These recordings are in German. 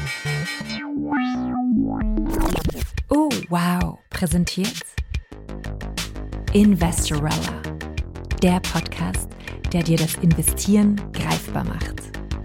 Oh, wow, präsentiert Investorella, der Podcast, der dir das Investieren greifbar macht.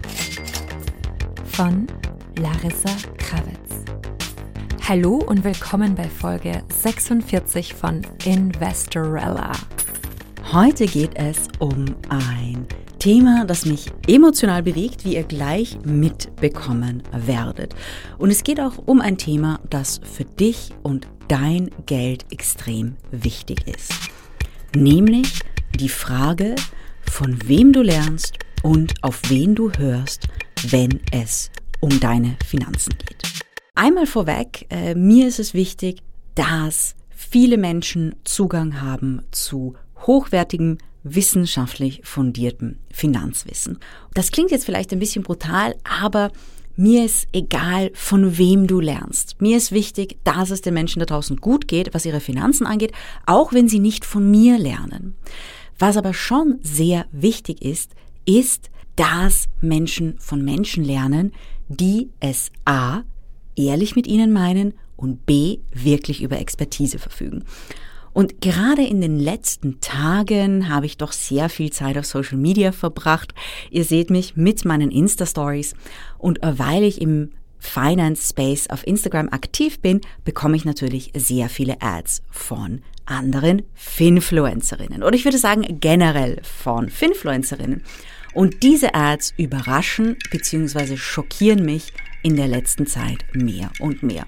Von Larissa Krawitz. Hallo und willkommen bei Folge 46 von Investorella. Heute geht es um ein Thema, das mich emotional bewegt, wie ihr gleich mitbekommen werdet. Und es geht auch um ein Thema, das für dich und dein Geld extrem wichtig ist. Nämlich die Frage, von wem du lernst und auf wen du hörst, wenn es um deine Finanzen geht. Einmal vorweg, mir ist es wichtig, dass viele Menschen Zugang haben zu hochwertigem, wissenschaftlich fundiertem Finanzwissen. Das klingt jetzt vielleicht ein bisschen brutal, aber mir ist egal, von wem du lernst. Mir ist wichtig, dass es den Menschen da draußen gut geht, was ihre Finanzen angeht, auch wenn sie nicht von mir lernen. Was aber schon sehr wichtig ist, dass Menschen von Menschen lernen, die es A, ehrlich mit ihnen meinen und B, wirklich über Expertise verfügen. Und gerade in den letzten Tagen habe ich doch sehr viel Zeit auf Social Media verbracht. Ihr seht mich mit meinen Insta-Stories und weil ich im Finance Space auf Instagram aktiv bin, bekomme ich natürlich sehr viele Ads von anderen Finfluencerinnen. Oder ich würde sagen generell von Finfluencerinnen. Und diese Ads überraschen bzw. schockieren mich in der letzten Zeit mehr und mehr.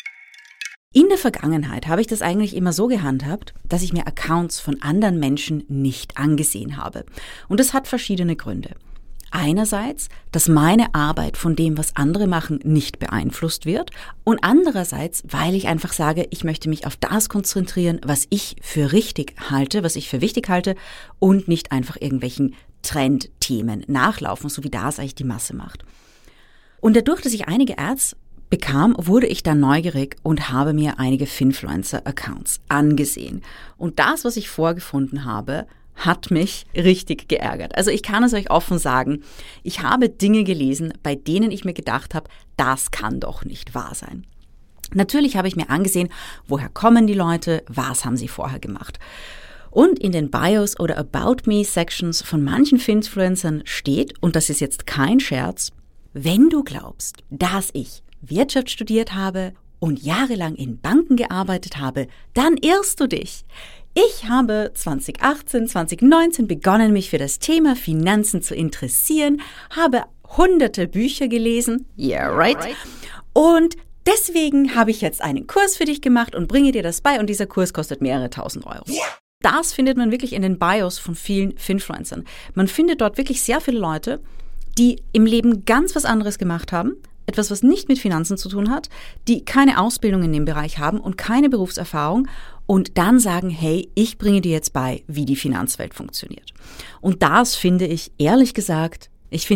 In der Vergangenheit habe ich das eigentlich immer so gehandhabt, dass ich mir Accounts von anderen Menschen nicht angesehen habe. Und das hat verschiedene Gründe. Einerseits, dass meine Arbeit von dem, was andere machen, nicht beeinflusst wird. Und andererseits, weil ich einfach sage, ich möchte mich auf das konzentrieren, was ich für richtig halte, was ich für wichtig halte und nicht einfach irgendwelchen Trendthemen nachlaufen, so wie das eigentlich die Masse macht. Und dadurch, dass ich einige Ads bekam, wurde ich dann neugierig und habe mir einige Finfluencer-Accounts angesehen. Und das, was ich vorgefunden habe, hat mich richtig geärgert. Also ich kann es euch offen sagen, ich habe Dinge gelesen, bei denen ich mir gedacht habe, das kann doch nicht wahr sein. Natürlich habe ich mir angesehen, woher kommen die Leute, was haben sie vorher gemacht. Und in den Bios oder About Me Sections von manchen Finfluencern steht, und das ist jetzt kein Scherz, wenn du glaubst, dass ich Wirtschaft studiert habe und jahrelang in Banken gearbeitet habe, dann irrst du dich. Ich habe 2018, 2019 begonnen, mich für das Thema Finanzen zu interessieren, habe hunderte Bücher gelesen, yeah right, und deswegen habe ich jetzt einen Kurs für dich gemacht und bringe dir das bei und dieser Kurs kostet mehrere tausend Euro. Das findet man wirklich in den Bios von vielen Finfluencern. Man findet dort wirklich sehr viele Leute, die im Leben ganz was anderes gemacht haben, etwas, was nicht mit Finanzen zu tun hat, die keine Ausbildung in dem Bereich haben und keine Berufserfahrung und dann sagen, hey, ich bringe dir jetzt bei, wie die Finanzwelt funktioniert. Und das finde ich ehrlich gesagt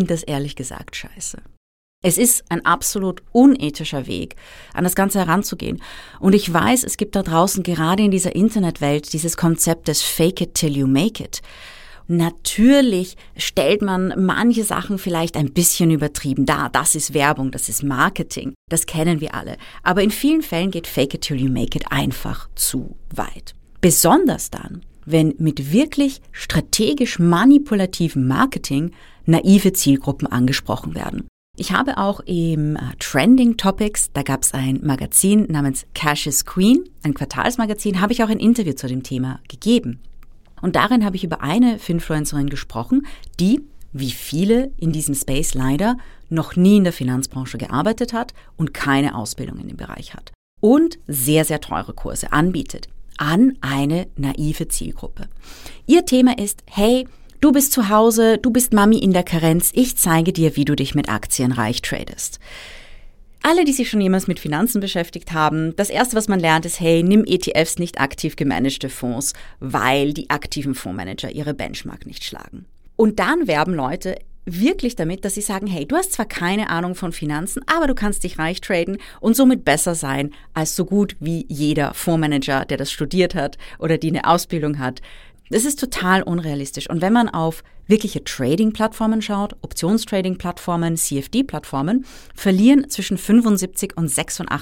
scheiße. Es ist ein absolut unethischer Weg, an das Ganze heranzugehen. Und ich weiß, es gibt da draußen gerade in dieser Internetwelt dieses Konzept des Fake it till you make it. Natürlich stellt man manche Sachen vielleicht ein bisschen übertrieben dar. Das ist Werbung, das ist Marketing, das kennen wir alle. Aber in vielen Fällen geht Fake it till you make it einfach zu weit. Besonders dann, wenn mit wirklich strategisch manipulativem Marketing naive Zielgruppen angesprochen werden. Ich habe auch im Trending Topics, da gab es ein Magazin namens Cash is Queen, ein Quartalsmagazin, habe ich auch ein Interview zu dem Thema gegeben. Und darin habe ich über eine Finfluencerin gesprochen, die, wie viele in diesem Space leider, noch nie in der Finanzbranche gearbeitet hat und keine Ausbildung in dem Bereich hat. Und sehr, sehr teure Kurse anbietet an eine naive Zielgruppe. Ihr Thema ist, hey, du bist zu Hause, du bist Mami in der Karenz, ich zeige dir, wie du dich mit Aktien reich tradest. Alle, die sich schon jemals mit Finanzen beschäftigt haben, das Erste, was man lernt, ist, hey, nimm ETFs, nicht aktiv gemanagte Fonds, weil die aktiven Fondsmanager ihre Benchmark nicht schlagen. Und dann werben Leute wirklich damit, dass sie sagen, hey, du hast zwar keine Ahnung von Finanzen, aber du kannst dich reich traden und somit besser sein als so gut wie jeder Fondsmanager, der das studiert hat oder die eine Ausbildung hat, Das ist total unrealistisch. Und wenn man auf wirkliche Trading-Plattformen schaut, Optionstrading-Plattformen, CFD-Plattformen, verlieren zwischen 75% und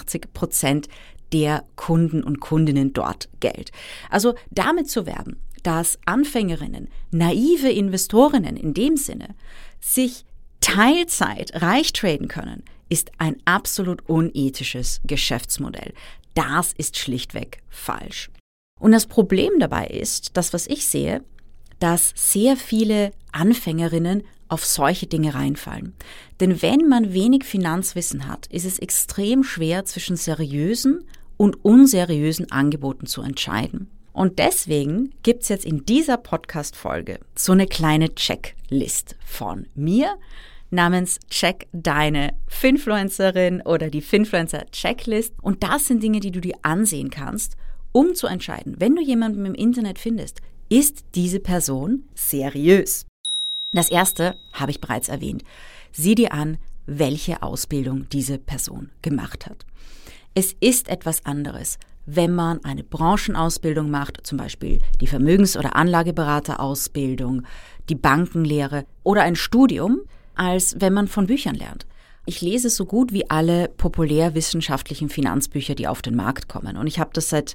86% der Kunden und Kundinnen dort Geld. Also damit zu werben, dass Anfängerinnen, naive Investorinnen in dem Sinne, sich Teilzeit reich traden können, ist ein absolut unethisches Geschäftsmodell. Das ist schlichtweg falsch. Und das Problem dabei ist, das, was ich sehe, dass sehr viele Anfängerinnen auf solche Dinge reinfallen. Denn wenn man wenig Finanzwissen hat, ist es extrem schwer, zwischen seriösen und unseriösen Angeboten zu entscheiden. Und deswegen gibt's jetzt in dieser Podcast-Folge so eine kleine Checklist von mir namens Check deine Finfluencerin oder die Finfluencer-Checklist. Und das sind Dinge, die du dir ansehen kannst, um zu entscheiden, wenn du jemanden im Internet findest, ist diese Person seriös? Das erste habe ich bereits erwähnt. Sieh dir an, welche Ausbildung diese Person gemacht hat. Es ist etwas anderes, wenn man eine Branchenausbildung macht, zum Beispiel die Vermögens- oder Anlageberaterausbildung, die Bankenlehre oder ein Studium, als wenn man von Büchern lernt. Ich lese so gut wie alle populärwissenschaftlichen Finanzbücher, die auf den Markt kommen. Und ich habe das seit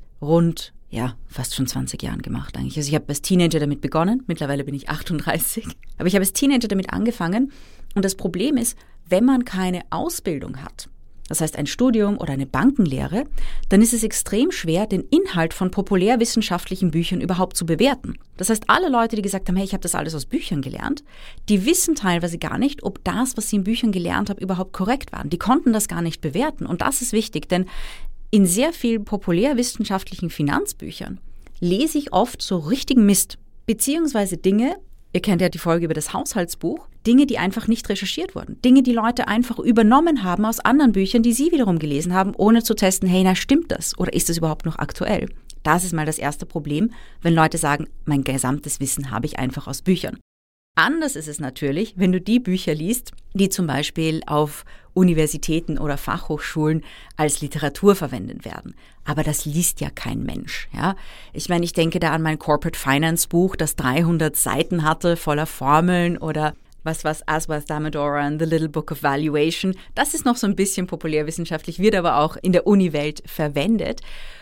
fast schon 20 Jahren gemacht eigentlich. Also ich habe als Teenager damit begonnen, mittlerweile bin ich 38, aber ich habe als Teenager damit angefangen. Und das Problem ist, wenn man keine Ausbildung hat, das heißt ein Studium oder eine Bankenlehre, dann ist es extrem schwer, den Inhalt von populärwissenschaftlichen Büchern überhaupt zu bewerten. Das heißt, alle Leute, die gesagt haben, hey, ich habe das alles aus Büchern gelernt, die wissen teilweise gar nicht, ob das, was sie in Büchern gelernt haben, überhaupt korrekt war. Die konnten das gar nicht bewerten. Und das ist wichtig, denn in sehr vielen populärwissenschaftlichen Finanzbüchern lese ich oft so richtigen Mist, beziehungsweise Dinge, ihr kennt ja die Folge über das Haushaltsbuch, Dinge, die einfach nicht recherchiert wurden. Dinge, die Leute einfach übernommen haben aus anderen Büchern, die sie wiederum gelesen haben, ohne zu testen, hey, na, stimmt das? Oder ist das überhaupt noch aktuell? Das ist mal das erste Problem, wenn Leute sagen, mein gesamtes Wissen habe ich einfach aus Büchern. Anders ist es natürlich, wenn du die Bücher liest, die zum Beispiel auf Universitäten oder Fachhochschulen als Literatur verwendet werden. Aber das liest ja kein Mensch. Ja? Ich meine, ich denke da an mein Corporate Finance Buch, das 300 Seiten hatte, voller Formeln oder was Aswath Damodaran and the Little Book of Valuation. Das ist noch so ein bisschen populärwissenschaftlich, wird aber auch in der Uniwelt verwendet.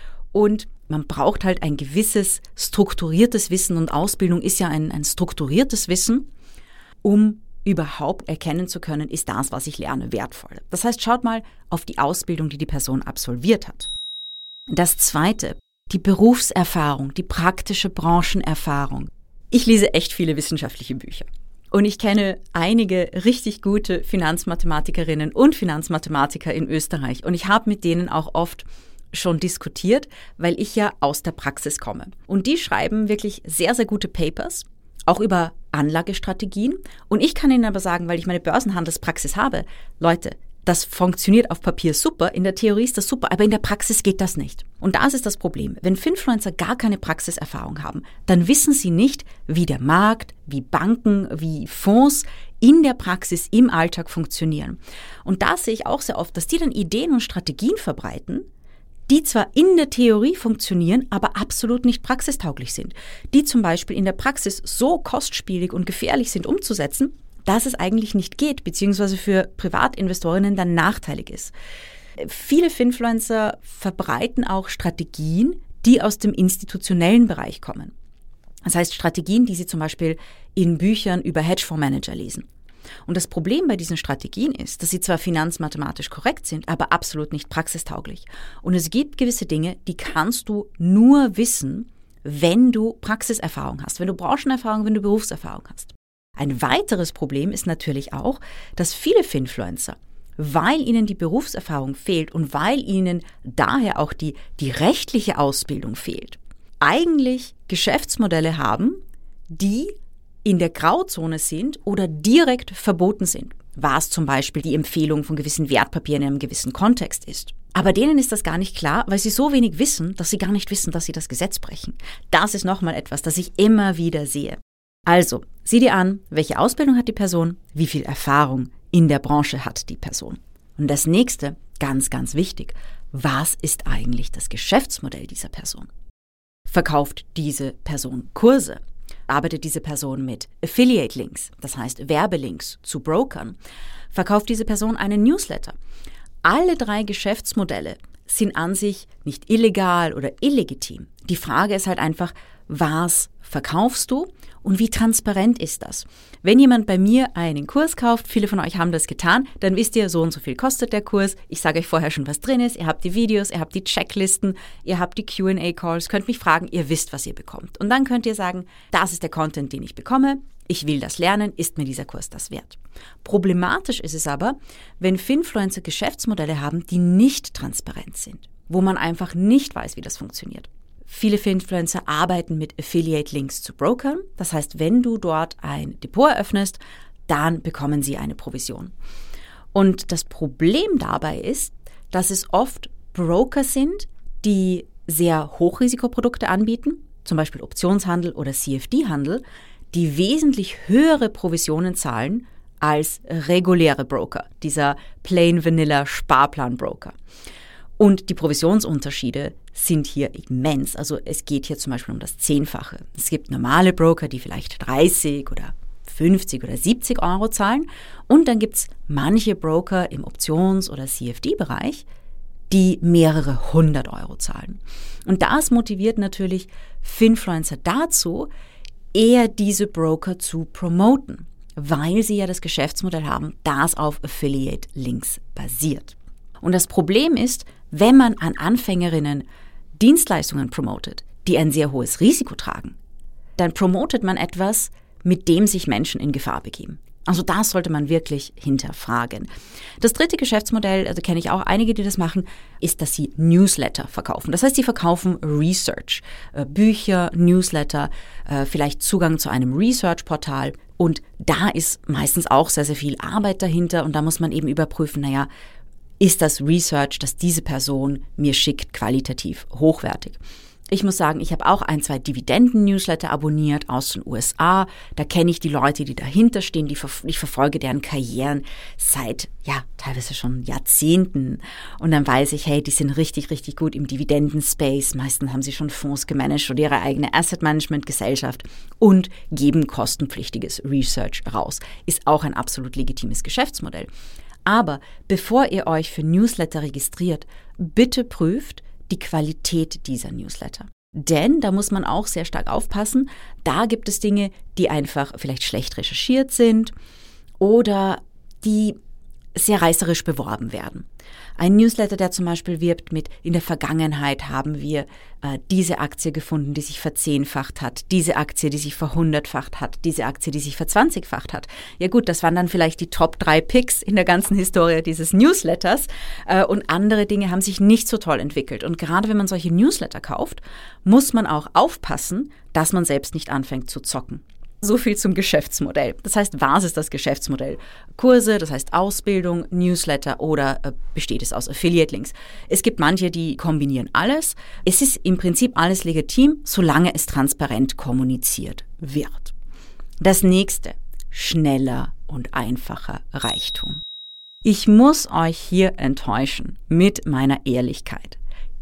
Und man braucht halt ein gewisses strukturiertes Wissen und Ausbildung ist ja ein strukturiertes Wissen, um überhaupt erkennen zu können, ist das, was ich lerne, wertvoll. Das heißt, schaut mal auf die Ausbildung, die die Person absolviert hat. Das Zweite, die Berufserfahrung, die praktische Branchenerfahrung. Ich lese echt viele wissenschaftliche Bücher. Und ich kenne einige richtig gute Finanzmathematikerinnen und Finanzmathematiker in Österreich. Und ich habe mit denen auch oft schon diskutiert, weil ich ja aus der Praxis komme. Und die schreiben wirklich sehr, sehr gute Papers, auch über Anlagestrategien. Und ich kann Ihnen aber sagen, weil ich meine Börsenhandelspraxis habe, Leute, das funktioniert auf Papier super, in der Theorie ist das super, aber in der Praxis geht das nicht. Und das ist das Problem. Wenn Finfluencer gar keine Praxiserfahrung haben, dann wissen sie nicht, wie der Markt, wie Banken, wie Fonds in der Praxis im Alltag funktionieren. Und da sehe ich auch sehr oft, dass die dann Ideen und Strategien verbreiten, die zwar in der Theorie funktionieren, aber absolut nicht praxistauglich sind. Die zum Beispiel in der Praxis so kostspielig und gefährlich sind umzusetzen, dass es eigentlich nicht geht, beziehungsweise für Privatinvestorinnen dann nachteilig ist. Viele Finfluencer verbreiten auch Strategien, die aus dem institutionellen Bereich kommen. Das heißt Strategien, die sie zum Beispiel in Büchern über Hedgefondsmanager lesen. Und das Problem bei diesen Strategien ist, dass sie zwar finanzmathematisch korrekt sind, aber absolut nicht praxistauglich. Und es gibt gewisse Dinge, die kannst du nur wissen, wenn du Praxiserfahrung hast, wenn du Branchenerfahrung, wenn du Berufserfahrung hast. Ein weiteres Problem ist natürlich auch, dass viele Finfluencer, weil ihnen die Berufserfahrung fehlt und weil ihnen daher auch die rechtliche Ausbildung fehlt, eigentlich Geschäftsmodelle haben, die in der Grauzone sind oder direkt verboten sind, was zum Beispiel die Empfehlung von gewissen Wertpapieren in einem gewissen Kontext ist. Aber denen ist das gar nicht klar, weil sie so wenig wissen, dass sie gar nicht wissen, dass sie das Gesetz brechen. Das ist nochmal etwas, das ich immer wieder sehe. Also, sieh dir an, welche Ausbildung hat die Person, wie viel Erfahrung in der Branche hat die Person. Und das nächste, ganz, ganz wichtig, was ist eigentlich das Geschäftsmodell dieser Person? Verkauft diese Person Kurse? Arbeitet diese Person mit Affiliate-Links, das heißt Werbelinks zu Brokern? Verkauft diese Person einen Newsletter? Alle 3 Geschäftsmodelle sind an sich nicht illegal oder illegitim. Die Frage ist halt einfach, was verkaufst du und wie transparent ist das? Wenn jemand bei mir einen Kurs kauft, viele von euch haben das getan, dann wisst ihr, so und so viel kostet der Kurs. Ich sage euch vorher schon, was drin ist. Ihr habt die Videos, ihr habt die Checklisten, ihr habt die Q&A-Calls, könnt mich fragen, ihr wisst, was ihr bekommt. Und dann könnt ihr sagen, das ist der Content, den ich bekomme. Ich will das lernen, ist mir dieser Kurs das wert? Problematisch ist es aber, wenn Finfluencer Geschäftsmodelle haben, die nicht transparent sind, wo man einfach nicht weiß, wie das funktioniert. Viele Finfluencer arbeiten mit Affiliate-Links zu Brokern. Das heißt, wenn du dort ein Depot eröffnest, dann bekommen sie eine Provision. Und das Problem dabei ist, dass es oft Broker sind, die sehr Hochrisikoprodukte anbieten, zum Beispiel Optionshandel oder CFD-Handel, die wesentlich höhere Provisionen zahlen als reguläre Broker, dieser Plain Vanilla Sparplan-Broker. Und die Provisionsunterschiede sind hier immens. Also es geht hier zum Beispiel um das 10-fache. Es gibt normale Broker, die vielleicht 30 oder 50 oder 70 Euro zahlen. Und dann gibt es manche Broker im Options- oder CFD-Bereich, die mehrere 100 Euro zahlen. Und das motiviert natürlich Finfluencer dazu, eher diese Broker zu promoten, weil sie ja das Geschäftsmodell haben, das auf Affiliate-Links basiert. Und das Problem ist, wenn man an Anfängerinnen Dienstleistungen promotet, die ein sehr hohes Risiko tragen, dann promotet man etwas, mit dem sich Menschen in Gefahr begeben. Also das sollte man wirklich hinterfragen. Das 3. Geschäftsmodell, also kenne ich auch einige, die das machen, ist, dass sie Newsletter verkaufen. Das heißt, sie verkaufen Research, Bücher, Newsletter, vielleicht Zugang zu einem Research-Portal. Und da ist meistens auch sehr, sehr viel Arbeit dahinter. Und da muss man eben überprüfen, ist das Research, das diese Person mir schickt, qualitativ hochwertig? Ich muss sagen, ich habe auch 1, 2 Dividenden-Newsletter abonniert aus den USA. Da kenne ich die Leute, die dahinter stehen. Ich verfolge deren Karrieren seit, teilweise schon Jahrzehnten. Und dann weiß ich, hey, die sind richtig, richtig gut im Dividenden-Space. Meistens haben sie schon Fonds gemanagt oder ihre eigene Asset-Management-Gesellschaft und geben kostenpflichtiges Research raus. Ist auch ein absolut legitimes Geschäftsmodell. Aber bevor ihr euch für Newsletter registriert, bitte prüft die Qualität dieser Newsletter. Denn da muss man auch sehr stark aufpassen. Da gibt es Dinge, die einfach vielleicht schlecht recherchiert sind oder die sehr reißerisch beworben werden. Ein Newsletter, der zum Beispiel wirbt mit, in der Vergangenheit haben wir diese Aktie gefunden, die sich verzehnfacht hat, diese Aktie, die sich verhundertfacht hat, diese Aktie, die sich verzwanzigfacht hat. Ja gut, das waren dann vielleicht die Top 3 Picks in der ganzen Historie dieses Newsletters und andere Dinge haben sich nicht so toll entwickelt. Und gerade wenn man solche Newsletter kauft, muss man auch aufpassen, dass man selbst nicht anfängt zu zocken. So viel zum Geschäftsmodell. Das heißt, was ist das Geschäftsmodell? Kurse, das heißt Ausbildung, Newsletter oder besteht es aus Affiliate-Links? Es gibt manche, die kombinieren alles. Es ist im Prinzip alles legitim, solange es transparent kommuniziert wird. Das nächste, schneller und einfacher Reichtum. Ich muss euch hier enttäuschen mit meiner Ehrlichkeit.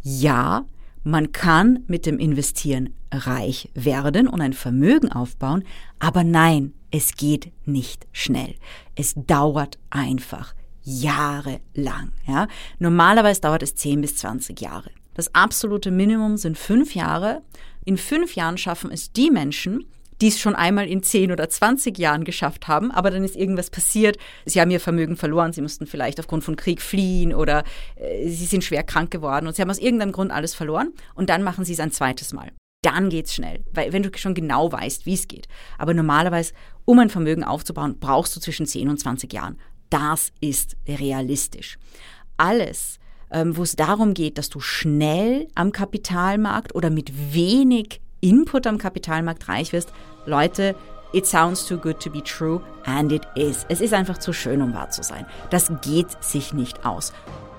Ja, man kann mit dem Investieren reich werden und ein Vermögen aufbauen, aber nein, es geht nicht schnell. Es dauert einfach jahrelang. Ja? Normalerweise dauert es 10 bis 20 Jahre. Das absolute Minimum sind 5 Jahre. In 5 Jahren schaffen es die Menschen, die es schon einmal in 10 oder 20 Jahren geschafft haben, aber dann ist irgendwas passiert, sie haben ihr Vermögen verloren, sie mussten vielleicht aufgrund von Krieg fliehen oder sie sind schwer krank geworden und sie haben aus irgendeinem Grund alles verloren und dann machen sie es ein zweites Mal. Dann geht's schnell, weil wenn du schon genau weißt, wie es geht. Aber normalerweise, um ein Vermögen aufzubauen, brauchst du zwischen 10 und 20 Jahren. Das ist realistisch. Alles, wo es darum geht, dass du schnell am Kapitalmarkt oder mit wenig Input am Kapitalmarkt reich wirst, Leute, it sounds too good to be true and it is. Es ist einfach zu schön, um wahr zu sein. Das geht sich nicht aus.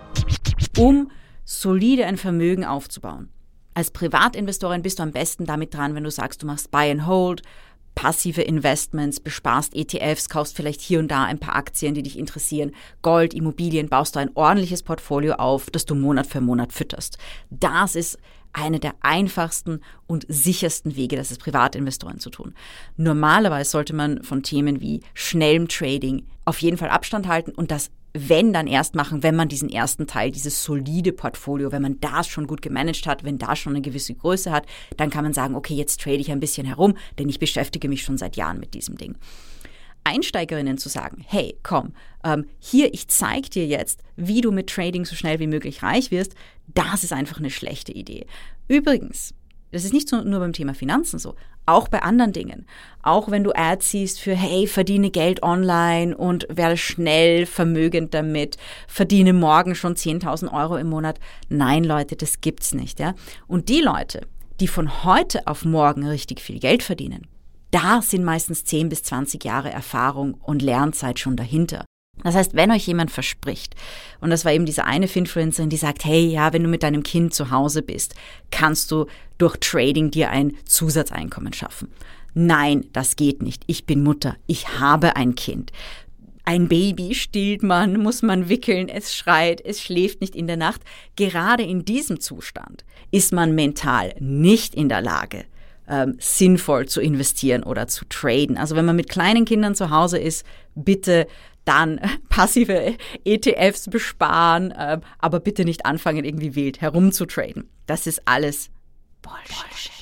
Um solide ein Vermögen aufzubauen. Als Privatinvestorin bist du am besten damit dran, wenn du sagst, du machst Buy and Hold, passive Investments, besparst ETFs, kaufst vielleicht hier und da ein paar Aktien, die dich interessieren, Gold, Immobilien, baust du ein ordentliches Portfolio auf, das du Monat für Monat fütterst. Das ist einer der einfachsten und sichersten Wege, das ist Privatinvestoren zu tun. Normalerweise sollte man von Themen wie schnellem Trading auf jeden Fall Abstand halten und das, wenn, dann erst machen, wenn man diesen ersten Teil, dieses solide Portfolio, wenn man das schon gut gemanagt hat, wenn das schon eine gewisse Größe hat, dann kann man sagen, okay, jetzt trade ich ein bisschen herum, denn ich beschäftige mich schon seit Jahren mit diesem Ding. Einsteigerinnen zu sagen, hey, komm, hier, ich zeige dir jetzt, wie du mit Trading so schnell wie möglich reich wirst, das ist einfach eine schlechte Idee. Übrigens, das ist nicht nur beim Thema Finanzen so, auch bei anderen Dingen. Auch wenn du Ads siehst für, hey, verdiene Geld online und werde schnell vermögend damit, verdiene morgen schon 10.000 Euro im Monat. Nein, Leute, das gibt's nicht. Ja? Und die Leute, die von heute auf morgen richtig viel Geld verdienen, da sind meistens 10 bis 20 Jahre Erfahrung und Lernzeit schon dahinter. Das heißt, wenn euch jemand verspricht, und das war eben diese eine Finfluencerin, die sagt, hey, ja, wenn du mit deinem Kind zu Hause bist, kannst du durch Trading dir ein Zusatzeinkommen schaffen. Nein, das geht nicht. Ich bin Mutter. Ich habe ein Kind. Ein Baby stillt man, muss man wickeln, es schreit, es schläft nicht in der Nacht. Gerade in diesem Zustand ist man mental nicht in der Lage, sinnvoll zu investieren oder zu traden. Also wenn man mit kleinen Kindern zu Hause ist, bitte dann passive ETFs besparen, aber bitte nicht anfangen, irgendwie wild herumzutraden. Das ist alles Bullshit.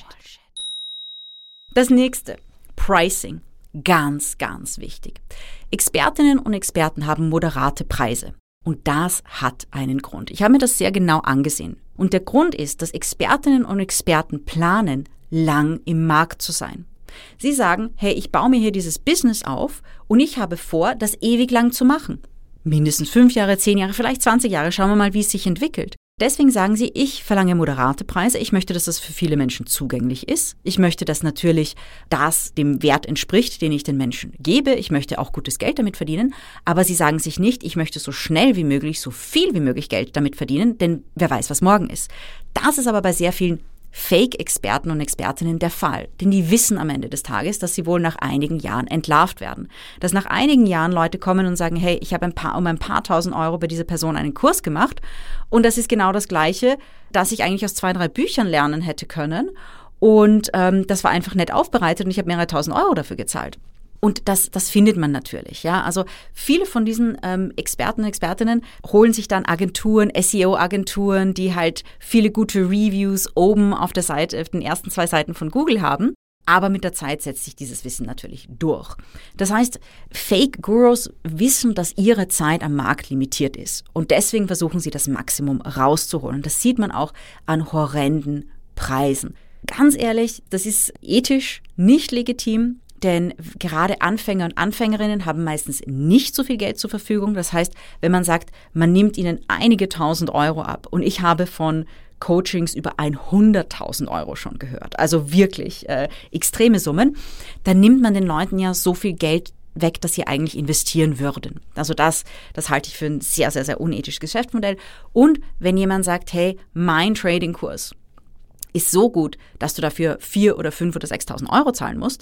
Das nächste, Pricing. Ganz, ganz wichtig. Expertinnen und Experten haben moderate Preise. Und das hat einen Grund. Ich habe mir das sehr genau angesehen. Und der Grund ist, dass Expertinnen und Experten planen, lang im Markt zu sein. Sie sagen, hey, ich baue mir hier dieses Business auf und ich habe vor, das ewig lang zu machen. Mindestens 5 Jahre, 10 Jahre, vielleicht 20 Jahre. Schauen wir mal, wie es sich entwickelt. Deswegen sagen sie, ich verlange moderate Preise. Ich möchte, dass das für viele Menschen zugänglich ist. Ich möchte, dass natürlich das dem Wert entspricht, den ich den Menschen gebe. Ich möchte auch gutes Geld damit verdienen. Aber sie sagen sich nicht, ich möchte so schnell wie möglich, so viel wie möglich Geld damit verdienen, denn wer weiß, was morgen ist. Das ist aber bei sehr vielen Fake-Experten und Expertinnen der Fall. Denn die wissen am Ende des Tages, dass sie wohl nach einigen Jahren entlarvt werden. Dass nach einigen Jahren Leute kommen und sagen, hey, ich habe um ein paar tausend Euro bei dieser Person einen Kurs gemacht und das ist genau das Gleiche, das ich eigentlich aus 2, 3 Büchern lernen hätte können und das war einfach nett aufbereitet und ich habe mehrere tausend Euro dafür gezahlt. Und das findet man natürlich, ja. Also viele von diesen Experten und Expertinnen holen sich dann Agenturen, SEO-Agenturen, die halt viele gute Reviews oben auf der Seite, auf den ersten 2 Seiten von Google haben. Aber mit der Zeit setzt sich dieses Wissen natürlich durch. Das heißt, Fake-Gurus wissen, dass ihre Zeit am Markt limitiert ist. Und deswegen versuchen sie, das Maximum rauszuholen. Und das sieht man auch an horrenden Preisen. Ganz ehrlich, das ist ethisch nicht legitim. Denn gerade Anfänger und Anfängerinnen haben meistens nicht so viel Geld zur Verfügung. Das heißt, wenn man sagt, man nimmt ihnen einige tausend Euro ab und ich habe von Coachings über 100.000 Euro schon gehört, also wirklich extreme Summen, dann nimmt man den Leuten ja so viel Geld weg, dass sie eigentlich investieren würden. Also das halte ich für ein sehr, sehr, sehr unethisches Geschäftsmodell. Und wenn jemand sagt, hey, mein Trading-Kurs ist so gut, dass du dafür 4.000 oder 5.000 oder 6.000 Euro zahlen musst,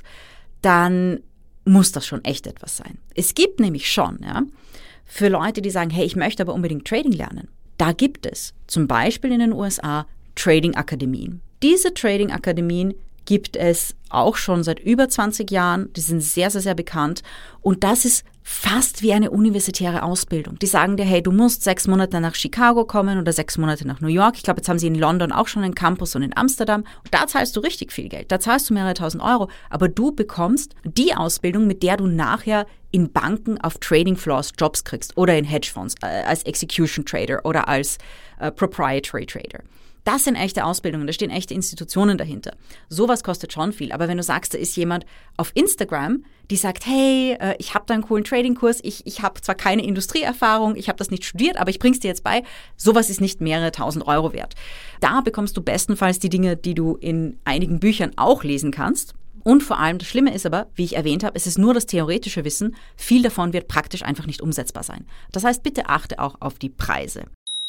dann muss das schon echt etwas sein. Es gibt nämlich schon, ja, für Leute, die sagen, hey, ich möchte aber unbedingt Trading lernen. Da gibt es zum Beispiel in den USA Trading-Akademien. Diese Trading-Akademien gibt es auch schon seit über 20 Jahren. Die sind sehr, sehr, sehr bekannt. Und das ist fast wie eine universitäre Ausbildung. Die sagen dir, hey, du musst 6 Monate nach Chicago kommen oder 6 Monate nach New York. Ich glaube, jetzt haben sie in London auch schon einen Campus und in Amsterdam. Und da zahlst du richtig viel Geld. Da zahlst du mehrere tausend Euro. Aber du bekommst die Ausbildung, mit der du nachher in Banken auf Trading Floors Jobs kriegst oder in Hedgefonds als Execution Trader oder als Proprietary Trader. Das sind echte Ausbildungen, da stehen echte Institutionen dahinter. Sowas kostet schon viel. Aber wenn du sagst, da ist jemand auf Instagram, die sagt, hey, ich habe da einen coolen Trading-Kurs, ich habe zwar keine Industrieerfahrung, ich habe das nicht studiert, aber ich bring's dir jetzt bei, sowas ist nicht mehrere tausend Euro wert. Da bekommst du bestenfalls die Dinge, die du in einigen Büchern auch lesen kannst. Und vor allem, das Schlimme ist aber, wie ich erwähnt habe, es ist nur das theoretische Wissen, viel davon wird praktisch einfach nicht umsetzbar sein. Das heißt, bitte achte auch auf die Preise.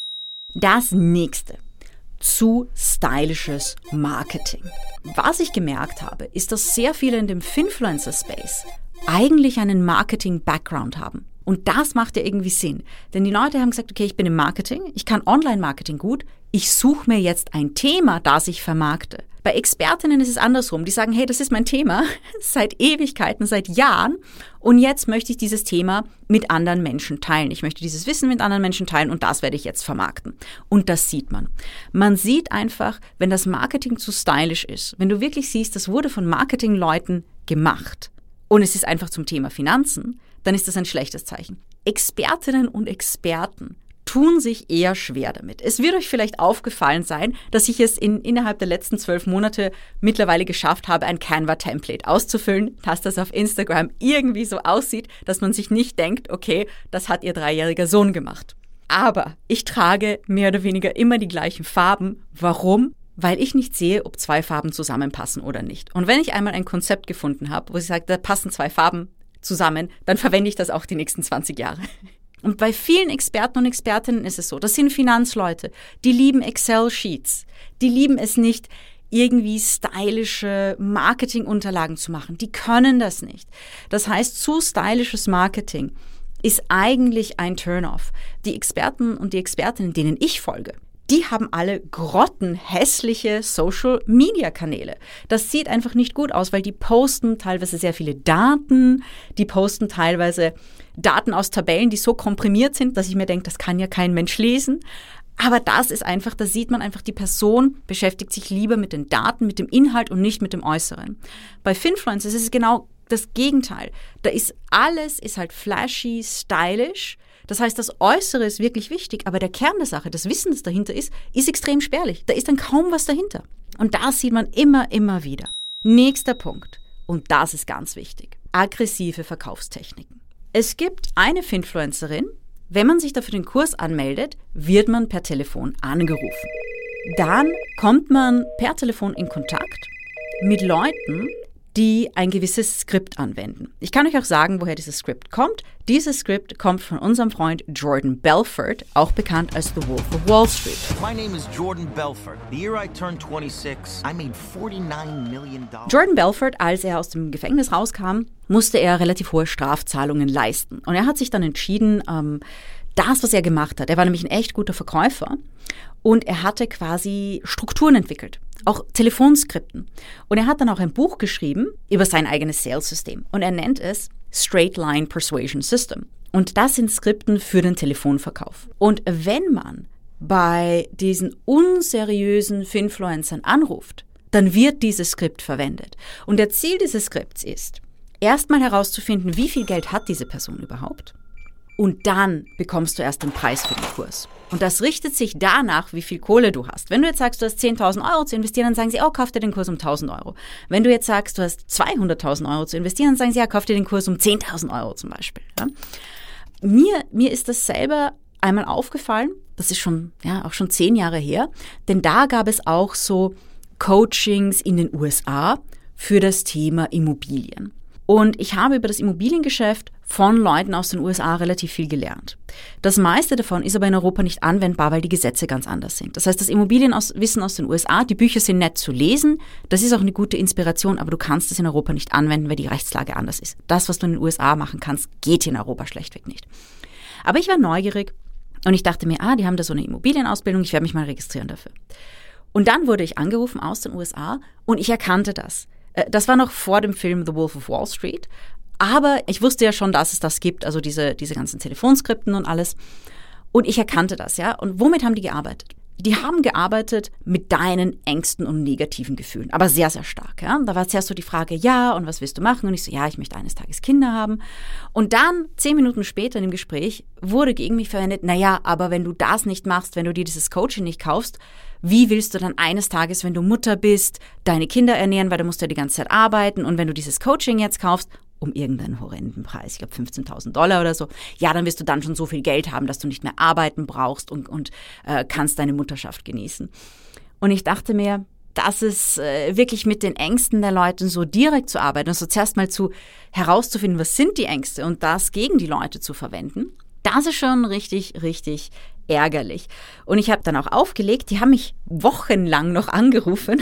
Das nächste. Zu stylisches Marketing. Was ich gemerkt habe, ist, dass sehr viele in dem Finfluencer-Space eigentlich einen Marketing-Background haben. Und das macht ja irgendwie Sinn. Denn die Leute haben gesagt, okay, ich bin im Marketing, ich kann Online-Marketing gut, ich suche mir jetzt ein Thema, das ich vermarkte. Bei Expertinnen ist es andersrum. Die sagen, hey, das ist mein Thema seit Ewigkeiten, seit Jahren und jetzt möchte ich dieses Thema mit anderen Menschen teilen. Ich möchte dieses Wissen mit anderen Menschen teilen und das werde ich jetzt vermarkten. Und das sieht man. Man sieht einfach, wenn das Marketing zu stylisch ist, wenn du wirklich siehst, das wurde von Marketingleuten gemacht und es ist einfach zum Thema Finanzen, dann ist das ein schlechtes Zeichen. Expertinnen und Experten tun sich eher schwer damit. Es wird euch vielleicht aufgefallen sein, dass ich es innerhalb der letzten 12 Monate mittlerweile geschafft habe, ein Canva-Template auszufüllen, dass das auf Instagram irgendwie so aussieht, dass man sich nicht denkt, okay, das hat ihr 3-jähriger Sohn gemacht. Aber ich trage mehr oder weniger immer die gleichen Farben. Warum? Weil ich nicht sehe, ob 2 Farben zusammenpassen oder nicht. Und wenn ich einmal ein Konzept gefunden habe, wo ich sage, da passen 2 Farben zusammen, dann verwende ich das auch die nächsten 20 Jahre. Und bei vielen Experten und Expertinnen ist es so, das sind Finanzleute, die lieben Excel-Sheets, die lieben es nicht, irgendwie stylische Marketingunterlagen zu machen. Die können das nicht. Das heißt, zu stylisches Marketing ist eigentlich ein Turn-off. Die Experten und die Expertinnen, denen ich folge, die haben alle grottenhässliche Social-Media-Kanäle. Das sieht einfach nicht gut aus, weil die posten teilweise sehr viele Daten, die posten teilweise Daten aus Tabellen, die so komprimiert sind, dass ich mir denke, das kann ja kein Mensch lesen. Aber das ist einfach, da sieht man einfach, die Person beschäftigt sich lieber mit den Daten, mit dem Inhalt und nicht mit dem Äußeren. Bei Finfluencers ist es genau das Gegenteil. Da ist alles halt flashy, stylish. Das heißt, das Äußere ist wirklich wichtig, aber der Kern der Sache, das Wissen, das dahinter ist extrem spärlich. Da ist dann kaum was dahinter. Und das sieht man immer wieder. Nächster Punkt, und das ist ganz wichtig, aggressive Verkaufstechniken. Es gibt eine Finfluencerin, wenn man sich dafür den Kurs anmeldet, wird man per Telefon angerufen. Dann kommt man per Telefon in Kontakt mit Leuten, die ein gewisses Skript anwenden. Ich kann euch auch sagen, woher dieses Skript kommt. Dieses Skript kommt von unserem Freund Jordan Belfort, auch bekannt als The Wolf of Wall Street. My name is Jordan Belfort. The year I turned 26, I made $49 million. Jordan Belfort, als er aus dem Gefängnis rauskam, musste er relativ hohe Strafzahlungen leisten. Und er hat sich dann entschieden, das, was er gemacht hat, er war nämlich ein echt guter Verkäufer und er hatte quasi Strukturen entwickelt, auch Telefonskripten. Und er hat dann auch ein Buch geschrieben über sein eigenes Sales-System und er nennt es Straight Line Persuasion System. Und das sind Skripten für den Telefonverkauf. Und wenn man bei diesen unseriösen Finfluencern anruft, dann wird dieses Skript verwendet. Und der Ziel dieses Skripts ist, erstmal herauszufinden, wie viel Geld hat diese Person überhaupt? Und dann bekommst du erst den Preis für den Kurs. Und das richtet sich danach, wie viel Kohle du hast. Wenn du jetzt sagst, du hast 10.000 Euro zu investieren, dann sagen sie, oh, kauf dir den Kurs um 1.000 Euro. Wenn du jetzt sagst, du hast 200.000 Euro zu investieren, dann sagen sie, ja, kauf dir den Kurs um 10.000 Euro zum Beispiel. Ja? Mir ist das selber einmal aufgefallen, das ist schon 10 Jahre her, denn da gab es auch so Coachings in den USA für das Thema Immobilien. Und ich habe über das Immobiliengeschäft von Leuten aus den USA relativ viel gelernt. Das meiste davon ist aber in Europa nicht anwendbar, weil die Gesetze ganz anders sind. Das heißt, das Immobilienwissen aus den USA, die Bücher sind nett zu lesen, das ist auch eine gute Inspiration, aber du kannst es in Europa nicht anwenden, weil die Rechtslage anders ist. Das, was du in den USA machen kannst, geht in Europa schlechtweg nicht. Aber ich war neugierig und ich dachte mir, die haben da so eine Immobilienausbildung, ich werde mich mal registrieren dafür. Und dann wurde ich angerufen aus den USA und ich erkannte das. Das war noch vor dem Film The Wolf of Wall Street, aber ich wusste ja schon, dass es das gibt, also diese ganzen Telefonskripten und alles. Und ich erkannte das, ja. Und womit haben die gearbeitet? Die haben gearbeitet mit deinen Ängsten und negativen Gefühlen, aber sehr, sehr stark, ja. Da war zuerst so die Frage, ja, und was willst du machen? Und ich so, ja, ich möchte eines Tages Kinder haben. Und dann, 10 Minuten später in dem Gespräch, wurde gegen mich verwendet, naja, aber wenn du das nicht machst, wenn du dir dieses Coaching nicht kaufst, wie willst du dann eines Tages, wenn du Mutter bist, deine Kinder ernähren, weil du musst ja die ganze Zeit arbeiten und wenn du dieses Coaching jetzt kaufst, um irgendeinen horrenden Preis, ich glaube $15.000 oder so, ja, dann wirst du dann schon so viel Geld haben, dass du nicht mehr arbeiten brauchst und kannst deine Mutterschaft genießen. Und ich dachte mir, das ist wirklich mit den Ängsten der Leute so direkt zu arbeiten, also zuerst mal herauszufinden, was sind die Ängste und das gegen die Leute zu verwenden, das ist schon richtig, richtig ärgerlich. Und ich habe dann auch aufgelegt, die haben mich wochenlang noch angerufen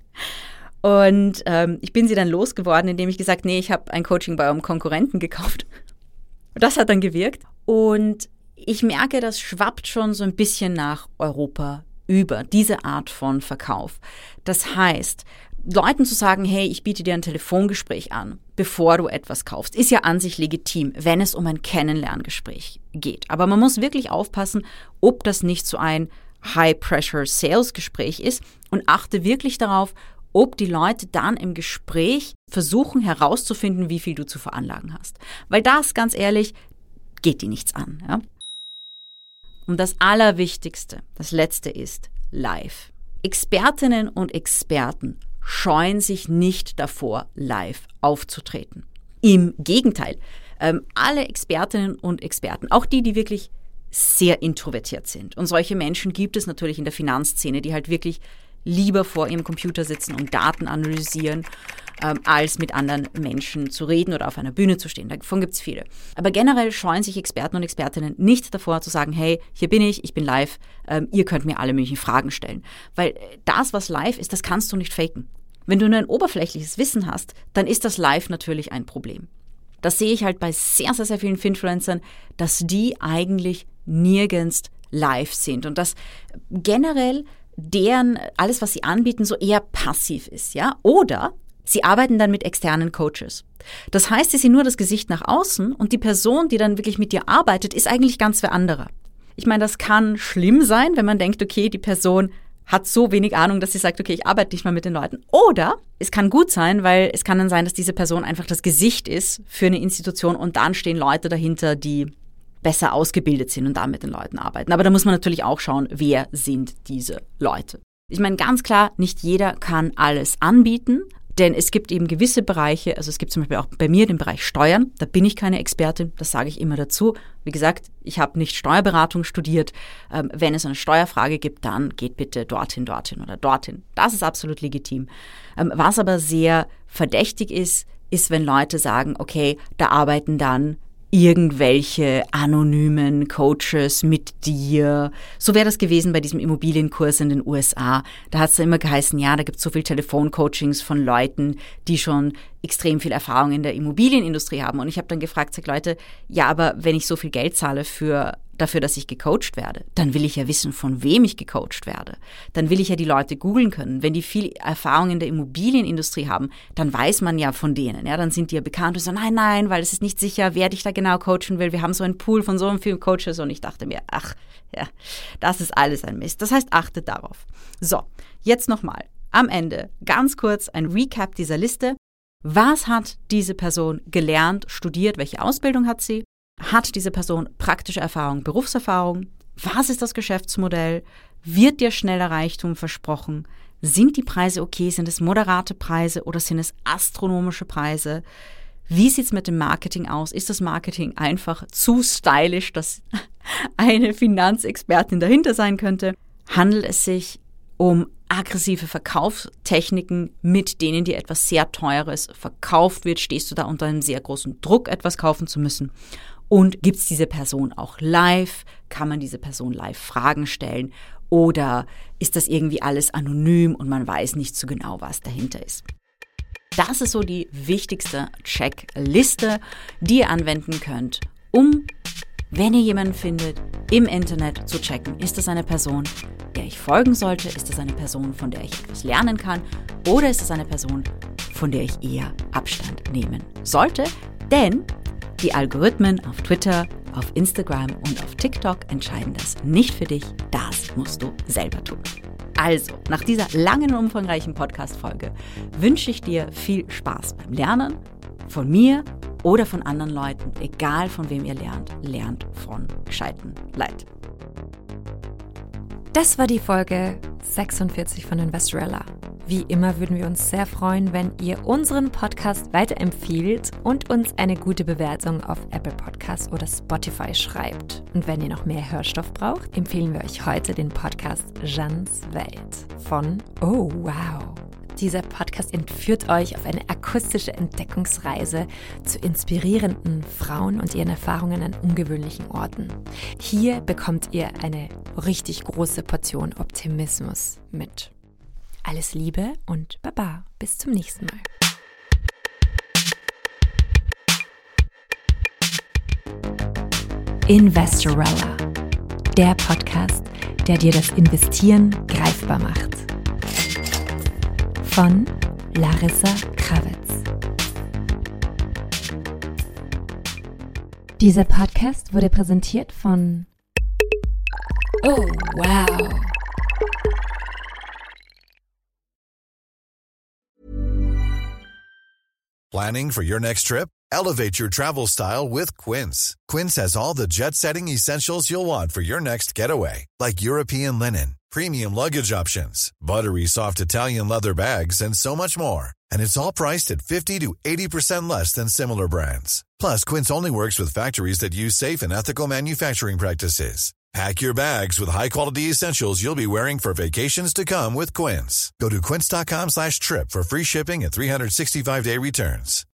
und ich bin sie dann losgeworden, indem ich gesagt, nee, ich habe ein Coaching bei einem Konkurrenten gekauft. Das hat dann gewirkt und ich merke, das schwappt schon so ein bisschen nach Europa über diese Art von Verkauf. Das heißt, Leuten zu sagen, hey, ich biete dir ein Telefongespräch an, bevor du etwas kaufst, ist ja an sich legitim, wenn es um ein Kennenlerngespräch geht. Aber man muss wirklich aufpassen, ob das nicht so ein High-Pressure-Sales-Gespräch ist und achte wirklich darauf, ob die Leute dann im Gespräch versuchen herauszufinden, wie viel du zu veranlagen hast. Weil das, ganz ehrlich, geht die nichts an. Ja? Und das Allerwichtigste, das Letzte ist live. Expertinnen und Experten scheuen sich nicht davor, live aufzutreten. Im Gegenteil, alle Expertinnen und Experten, auch die wirklich sehr introvertiert sind. Und solche Menschen gibt es natürlich in der Finanzszene, die halt wirklich lieber vor ihrem Computer sitzen und Daten analysieren, als mit anderen Menschen zu reden oder auf einer Bühne zu stehen. Davon gibt es viele. Aber generell scheuen sich Experten und Expertinnen nicht davor zu sagen, hey, hier bin ich bin live, ihr könnt mir alle möglichen Fragen stellen. Weil das, was live ist, das kannst du nicht faken. Wenn du nur ein oberflächliches Wissen hast, dann ist das live natürlich ein Problem. Das sehe ich halt bei sehr, sehr, sehr vielen Finfluencern, dass die eigentlich nirgends live sind und dass generell deren alles, was sie anbieten, so eher passiv ist, ja? Oder sie arbeiten dann mit externen Coaches. Das heißt, sie sind nur das Gesicht nach außen und die Person, die dann wirklich mit dir arbeitet, ist eigentlich ganz wer anderer. Ich meine, das kann schlimm sein, wenn man denkt, okay, die Person hat so wenig Ahnung, dass sie sagt, okay, ich arbeite nicht mal mit den Leuten. Oder es kann gut sein, weil es kann dann sein, dass diese Person einfach das Gesicht ist für eine Institution und dann stehen Leute dahinter, die besser ausgebildet sind und da mit den Leuten arbeiten. Aber da muss man natürlich auch schauen, wer sind diese Leute. Ich meine, ganz klar, nicht jeder kann alles anbieten, denn es gibt eben gewisse Bereiche, also es gibt zum Beispiel auch bei mir den Bereich Steuern, da bin ich keine Expertin, das sage ich immer dazu. Wie gesagt, ich habe nicht Steuerberatung studiert. Wenn es eine Steuerfrage gibt, dann geht bitte dorthin oder dorthin. Das ist absolut legitim. Was aber sehr verdächtig ist, wenn Leute sagen, okay, da arbeiten dann irgendwelche anonymen Coaches mit dir. So wäre das gewesen bei diesem Immobilienkurs in den USA. Da hat es immer geheißen, ja, da gibt es so viel Telefoncoachings von Leuten, die schon extrem viel Erfahrung in der Immobilienindustrie haben. Und ich habe dann gefragt, sag Leute, ja, aber wenn ich so viel Geld zahle dafür, dass ich gecoacht werde, dann will ich ja wissen, von wem ich gecoacht werde. Dann will ich ja die Leute googeln können. Wenn die viel Erfahrung in der Immobilienindustrie haben, dann weiß man ja von denen. Ja, dann sind die ja bekannt und so, nein, weil es ist nicht sicher, wer dich da genau coachen will. Wir haben so einen Pool von so vielen Coaches und ich dachte mir, ach, ja, das ist alles ein Mist. Das heißt, achtet darauf. So, jetzt nochmal. Am Ende ganz kurz ein Recap dieser Liste. Was hat diese Person gelernt, studiert? Welche Ausbildung hat sie? Hat diese Person praktische Erfahrung, Berufserfahrung? Was ist das Geschäftsmodell? Wird dir schneller Reichtum versprochen? Sind die Preise okay? Sind es moderate Preise oder sind es astronomische Preise? Wie sieht es mit dem Marketing aus? Ist das Marketing einfach zu stylisch, dass eine Finanzexpertin dahinter sein könnte? Handelt es sich um aggressive Verkaufstechniken, mit denen dir etwas sehr Teures verkauft wird? Stehst du da unter einem sehr großen Druck, etwas kaufen zu müssen? Und gibt es diese Person auch live? Kann man diese Person live Fragen stellen? Oder ist das irgendwie alles anonym und man weiß nicht so genau, was dahinter ist? Das ist so die wichtigste Checkliste, die ihr anwenden könnt, um, wenn ihr jemanden findet, im Internet zu checken, ist das eine Person, der ich folgen sollte? Ist das eine Person, von der ich etwas lernen kann? Oder ist das eine Person, von der ich eher Abstand nehmen sollte? Denn die Algorithmen auf Twitter, auf Instagram und auf TikTok entscheiden das nicht für dich. Das musst du selber tun. Also, nach dieser langen und umfangreichen Podcast-Folge wünsche ich dir viel Spaß beim Lernen von mir oder von anderen Leuten, egal von wem ihr lernt von gescheiten Leuten. Das war die Folge 46 von Investorella. Wie immer würden wir uns sehr freuen, wenn ihr unseren Podcast weiterempfiehlt und uns eine gute Bewertung auf Apple Podcasts oder Spotify schreibt. Und wenn ihr noch mehr Hörstoff braucht, empfehlen wir euch heute den Podcast Jeannes Welt von Oh Wow. Dieser Podcast entführt euch auf eine akustische Entdeckungsreise zu inspirierenden Frauen und ihren Erfahrungen an ungewöhnlichen Orten. Hier bekommt ihr eine richtig große Portion Optimismus mit. Alles Liebe und Baba, bis zum nächsten Mal. Investorella, der Podcast, der dir das Investieren greifbar macht. Von Larissa Krawitz. Dieser Podcast wurde präsentiert von Oh, wow. Planning for your next trip? Elevate your travel style with Quince. Quince has all the jet-setting essentials you'll want for your next getaway, like European linen, premium luggage options, buttery soft Italian leather bags, and so much more. And it's all priced at 50 to 80% less than similar brands. Plus, Quince only works with factories that use safe and ethical manufacturing practices. Pack your bags with high-quality essentials you'll be wearing for vacations to come with Quince. Go to quince.com/trip for free shipping and 365-day returns.